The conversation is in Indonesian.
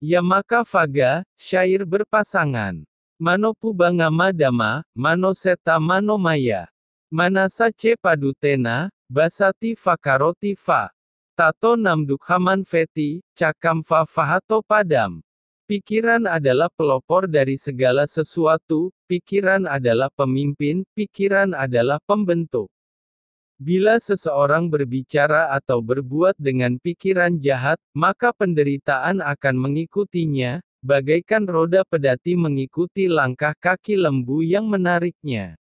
Yamaka faga, syair berpasangan. Mano pubangama dama, mano seta mano maya. Manasa ce padutena, basati fakaroti fa. Tato namdukhaman veti, cakam fa fahato padam. Pikiran adalah pelopor dari segala sesuatu, pikiran adalah pemimpin, pikiran adalah pembentuk. Bila seseorang berbicara atau berbuat dengan pikiran jahat, maka penderitaan akan mengikutinya, bagaikan roda pedati mengikuti langkah kaki lembu yang menariknya.